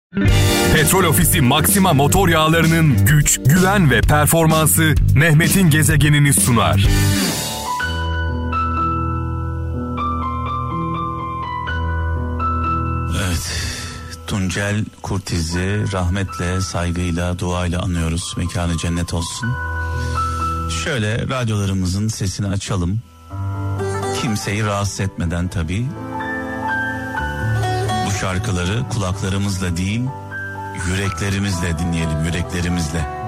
Petrol Ofisi Maxima motor yağlarının güç, güven ve performansı Mehmet'in gezegenini sunar. Evet, Tuncel Kurtiz'i rahmetle, saygıyla, duayla anıyoruz. Mekanı cennet olsun. Şöyle radyolarımızın sesini açalım. Kimseyi rahatsız etmeden tabii. Bu şarkıları kulaklarımızla değil, yüreklerimizle dinleyelim, yüreklerimizle.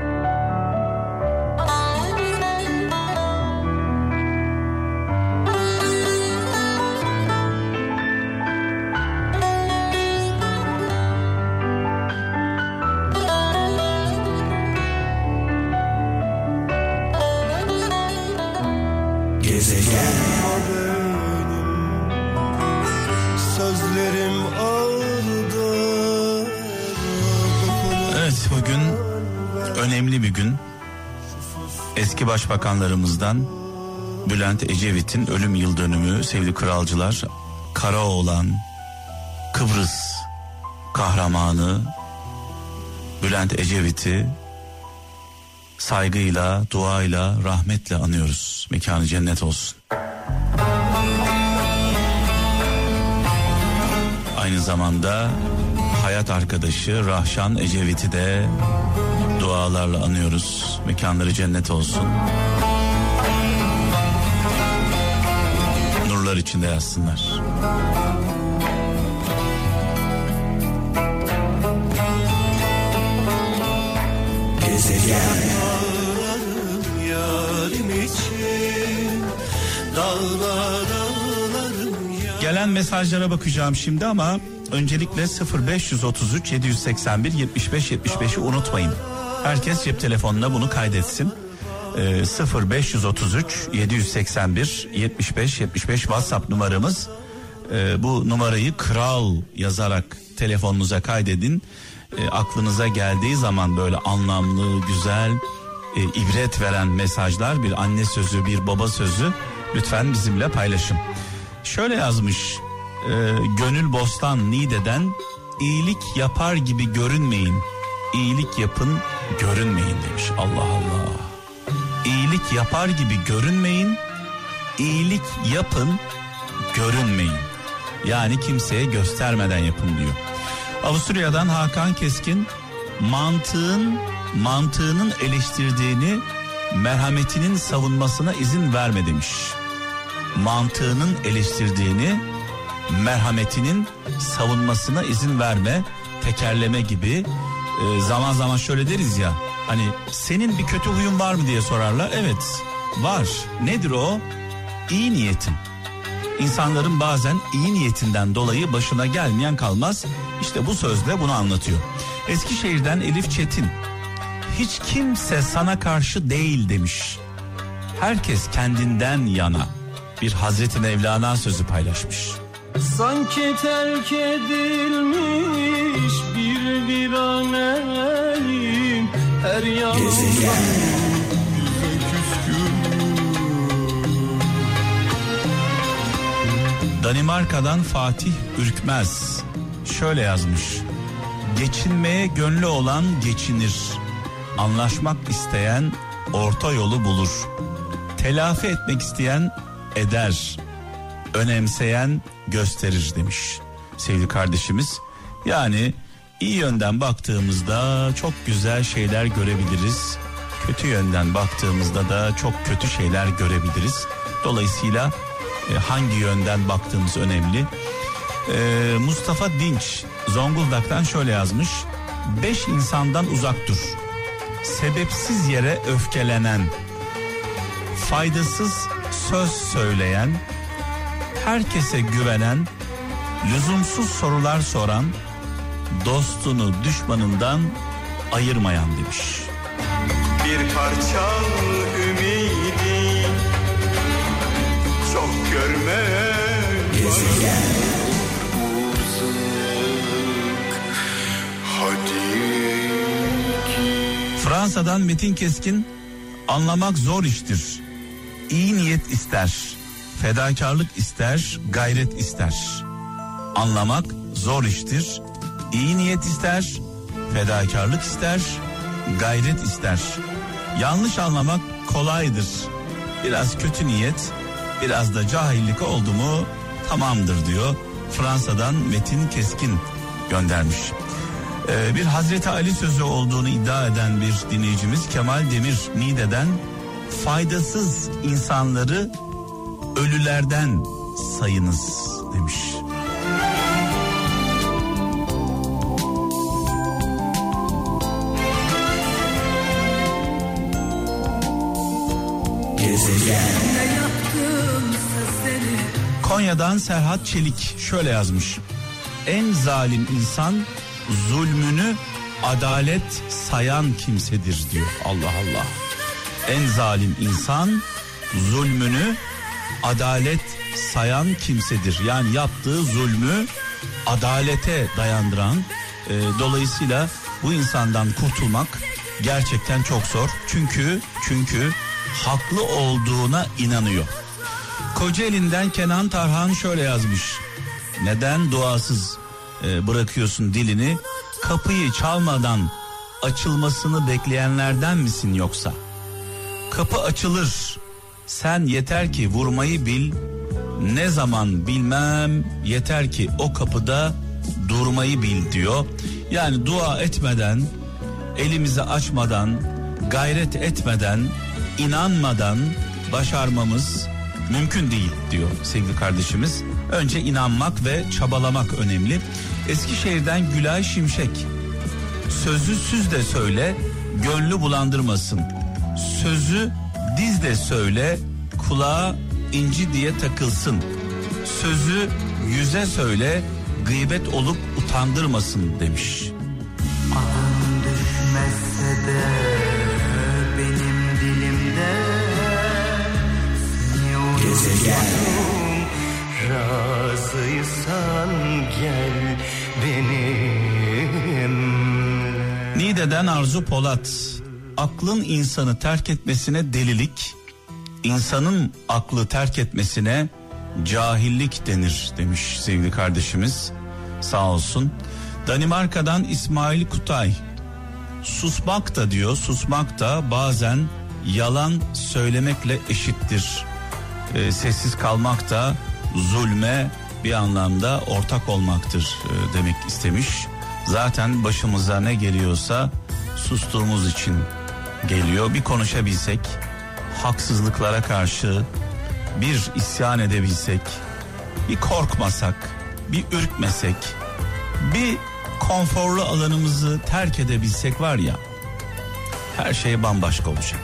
Evet, bugün önemli bir gün. Eski başbakanlarımızdan Bülent Ecevit'in ölüm yıl dönümü. Sevgili kralcılar, Karaoğlan, Kıbrıs kahramanı Bülent Ecevit'i saygıyla, duayla, rahmetle anıyoruz. Mekanı cennet olsun. Aynı zamanda hayat arkadaşı Rahşan Ecevit'i de dualarla anıyoruz. Mekanları cennet olsun. Nurlar içinde yatsınlar. Gelen mesajlara bakacağım şimdi ama öncelikle 0533 781 75 75'i unutmayın. Herkes cep telefonuna bunu kaydetsin. 0533 781 75 75 WhatsApp numaramız. Bu numarayı kral yazarak telefonunuza kaydedin. Aklınıza geldiği zaman böyle anlamlı, güzel, ibret veren mesajlar, bir anne sözü, bir baba sözü lütfen bizimle paylaşın. Şöyle yazmış Gönül Bostan Niğde'den: iyilik yapar gibi görünmeyin, iyilik yapın görünmeyin demiş. Allah Allah. İyilik yapar gibi görünmeyin, iyilik yapın görünmeyin. Yani kimseye göstermeden yapın diyor. Avusturya'dan Hakan Keskin: mantığının eleştirdiğini merhametinin savunmasına izin verme demiş. Mantığının eleştirdiğini merhametinin savunmasına izin verme. Tekerleme gibi. Zaman zaman şöyle deriz ya, hani senin bir kötü huyun var mı diye sorarlar. Evet, var. Nedir o? İyi niyetin. İnsanların bazen iyi niyetinden dolayı başına gelmeyen kalmaz. İşte bu sözle bunu anlatıyor. Eskişehir'den Elif Çetin: hiç kimse sana karşı değil demiş. Herkes kendinden yana. Bir Hazreti Mevlana sözü paylaşmış. Sanki terk edilmiş bir viranenim, her yanımda Danimarka'dan Fatih Ürkmez şöyle yazmış: geçinmeye gönlü olan geçinir, anlaşmak isteyen orta yolu bulur, telafi etmek isteyen eder, önemseyen gösterir demiş sevgili kardeşimiz. Yani iyi yönden baktığımızda çok güzel şeyler görebiliriz, kötü yönden baktığımızda da çok kötü şeyler görebiliriz. Dolayısıyla hangi yönden baktığımız önemli. Mustafa Dinç Zonguldak'tan şöyle yazmış: 5 insandan uzak dur. Sebepsiz yere öfkelenen, faydasız söz söyleyen, herkese güvenen, lüzumsuz sorular soran, dostunu düşmanından ayırmayan demiş. bir parça ümidi çok görmek. Fransa'dan Metin Keskin: anlamak zor iştir. İyi niyet ister, fedakarlık ister, gayret ister. Anlamak zor iştir. İyi niyet ister, fedakarlık ister, gayret ister. Yanlış anlamak kolaydır. Biraz kötü niyet, biraz da cahillik oldu mu tamamdır diyor. Fransa'dan Metin Keskin göndermiş. Bir Hazreti Ali sözü olduğunu iddia eden bir dinleyicimiz Kemal Demir Niğde'den, faydasız insanları ölülerden sayınız demiş. Konya'dan Serhat Çelik şöyle yazmış. En zalim insan zulmünü adalet sayan kimsedir diyor. Allah Allah. En zalim insan zulmünü adalet sayan kimsedir. Yani yaptığı zulmü adalete dayandıran. Dolayısıyla bu insandan kurtulmak gerçekten çok zor. Çünkü haklı olduğuna inanıyor. Kocaeli'nden Kenan Tarhan şöyle yazmış. Neden duasız bırakıyorsun dilini? Kapıyı çalmadan açılmasını bekleyenlerden misin yoksa? Kapı açılır. Sen yeter ki vurmayı bil. Ne zaman bilmem, yeter ki o kapıda durmayı bil diyor. Yani dua etmeden, elimizi açmadan, gayret etmeden, inanmadan başarmamız mümkün değil diyor sevgili kardeşimiz. Önce inanmak ve çabalamak önemli. Eskişehir'den Gülay Şimşek. Sözü süz de söyle, gönlü bulandırmasın. Sözü diz de söyle, kulağa inci diye takılsın. Sözü yüze söyle, gıybet olup utandırmasın demiş. Adın düşmezse de benim dilimde seni razıysan gel benim. Niğde'den Arzu Polat. Aklın insanı terk etmesine delilik, insanın aklı terk etmesine cahillik denir demiş sevgili kardeşimiz. Sağ olsun. Danimarka'dan İsmail Kutay. Susmak da diyor, susmak da bazen yalan söylemekle eşittir. Sessiz kalmak da zulme bir anlamda ortak olmaktır demek istemiş. Zaten başımıza ne geliyorsa sustuğumuz için geliyor. Bir konuşabilsek, haksızlıklara karşı bir isyan edebilsek, bir korkmasak, bir ürkmesek, bir konforlu alanımızı terk edebilsek var ya, her şey bambaşka olacak.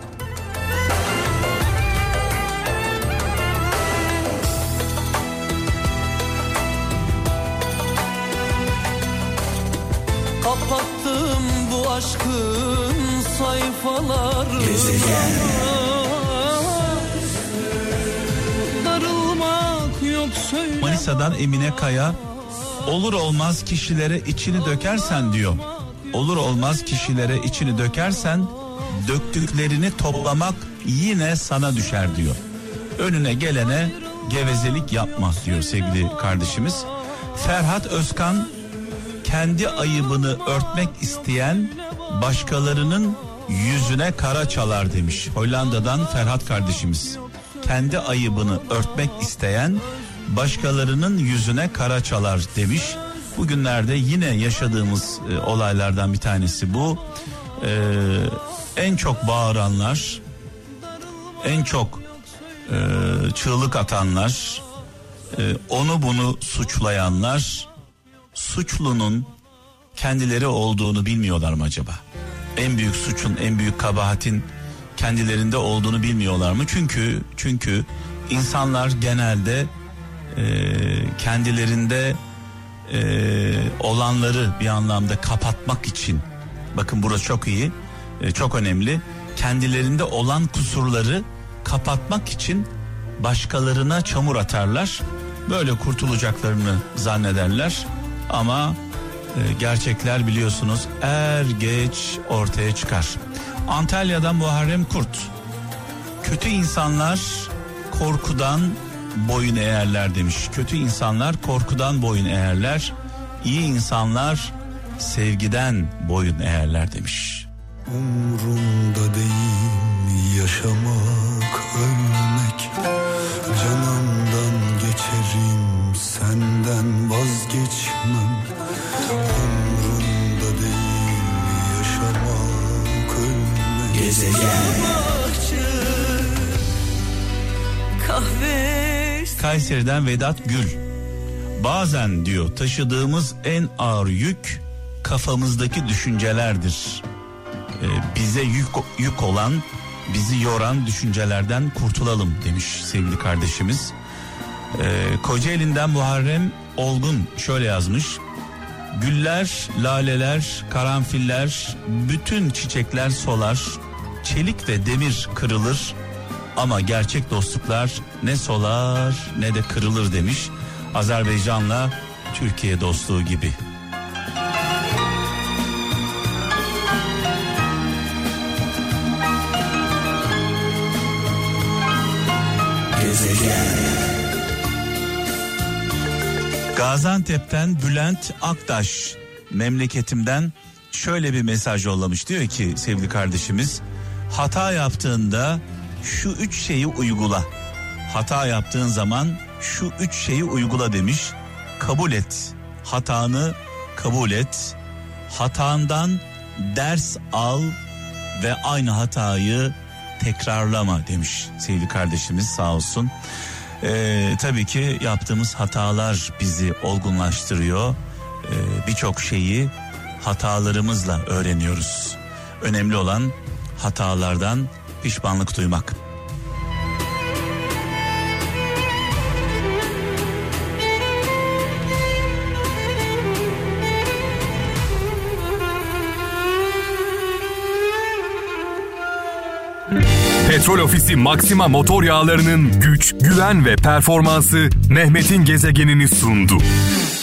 Kapattım bu aşkın sayfaları. Darılmak yok söyle. Manisa'dan Emine Kaya. Olur olmaz kişilere içini dökersen diyor. Olur olmaz kişilere içini dökersen döktüklerini toplamak yine sana düşer diyor. Önüne gelene gevezelik yapma diyor sevgili kardeşimiz. Ferhat Özkan, kendi ayıbını örtmek isteyen başkalarının yüzüne kara çalar demiş. Hollanda'dan Ferhat kardeşimiz. Kendi ayıbını örtmek isteyen başkalarının yüzüne kara çalar demiş. Bugünlerde yine yaşadığımız olaylardan bir tanesi bu. En çok bağıranlar, en çok çığlık atanlar, onu bunu suçlayanlar, suçlunun kendileri olduğunu bilmiyorlar mı acaba? En büyük suçun, en büyük kabahatin kendilerinde olduğunu bilmiyorlar mı? Çünkü insanlar genelde kendilerinde olanları bir anlamda kapatmak için, bakın burası çok iyi, çok önemli, kendilerinde olan kusurları kapatmak için başkalarına çamur atarlar, böyle kurtulacaklarını zannederler ama gerçekler biliyorsunuz er geç ortaya çıkar. Antalya'dan Muharrem Kurt. Kötü insanlar korkudan boyun eğerler demiş. Kötü insanlar korkudan boyun eğerler. İyi insanlar sevgiden boyun eğerler demiş. Umrumda değil yaşamak, ölmek. Canımdan geçerim, senden vazgeçmem. Umrumda değil yaşamak, ölmek. Gezegen. Kayseri'den Vedat Gül. Bazen diyor taşıdığımız en ağır yük kafamızdaki düşüncelerdir. Bize yük olan, bizi yoran düşüncelerden kurtulalım demiş sevgili kardeşimiz. Kocaeli'nden Muharrem Olgun şöyle yazmış. Güller, laleler, karanfiller, bütün çiçekler solar, çelik ve demir kırılır ama gerçek dostluklar ne solar ne de kırılır demiş. Azerbaycan'la Türkiye dostluğu gibi. Gaziantep'ten Bülent Aktaş memleketimden şöyle bir mesaj yollamış. Diyor ki sevgili kardeşimiz, hata yaptığında şu 3 şeyi uygula. Hata yaptığın zaman şu 3 şeyi uygula demiş. Kabul et. Hatanı kabul et. Hatandan ders al ve aynı hatayı tekrarlama demiş sevgili kardeşimiz, sağ olsun. Tabii ki yaptığımız hatalar bizi olgunlaştırıyor. Birçok şeyi hatalarımızla öğreniyoruz. Önemli olan hatalardan pişmanlık duymak. Petrol Ofisi Maxima motor yağlarının güç, güven ve performansı Mehmet'in gezegenini sundu.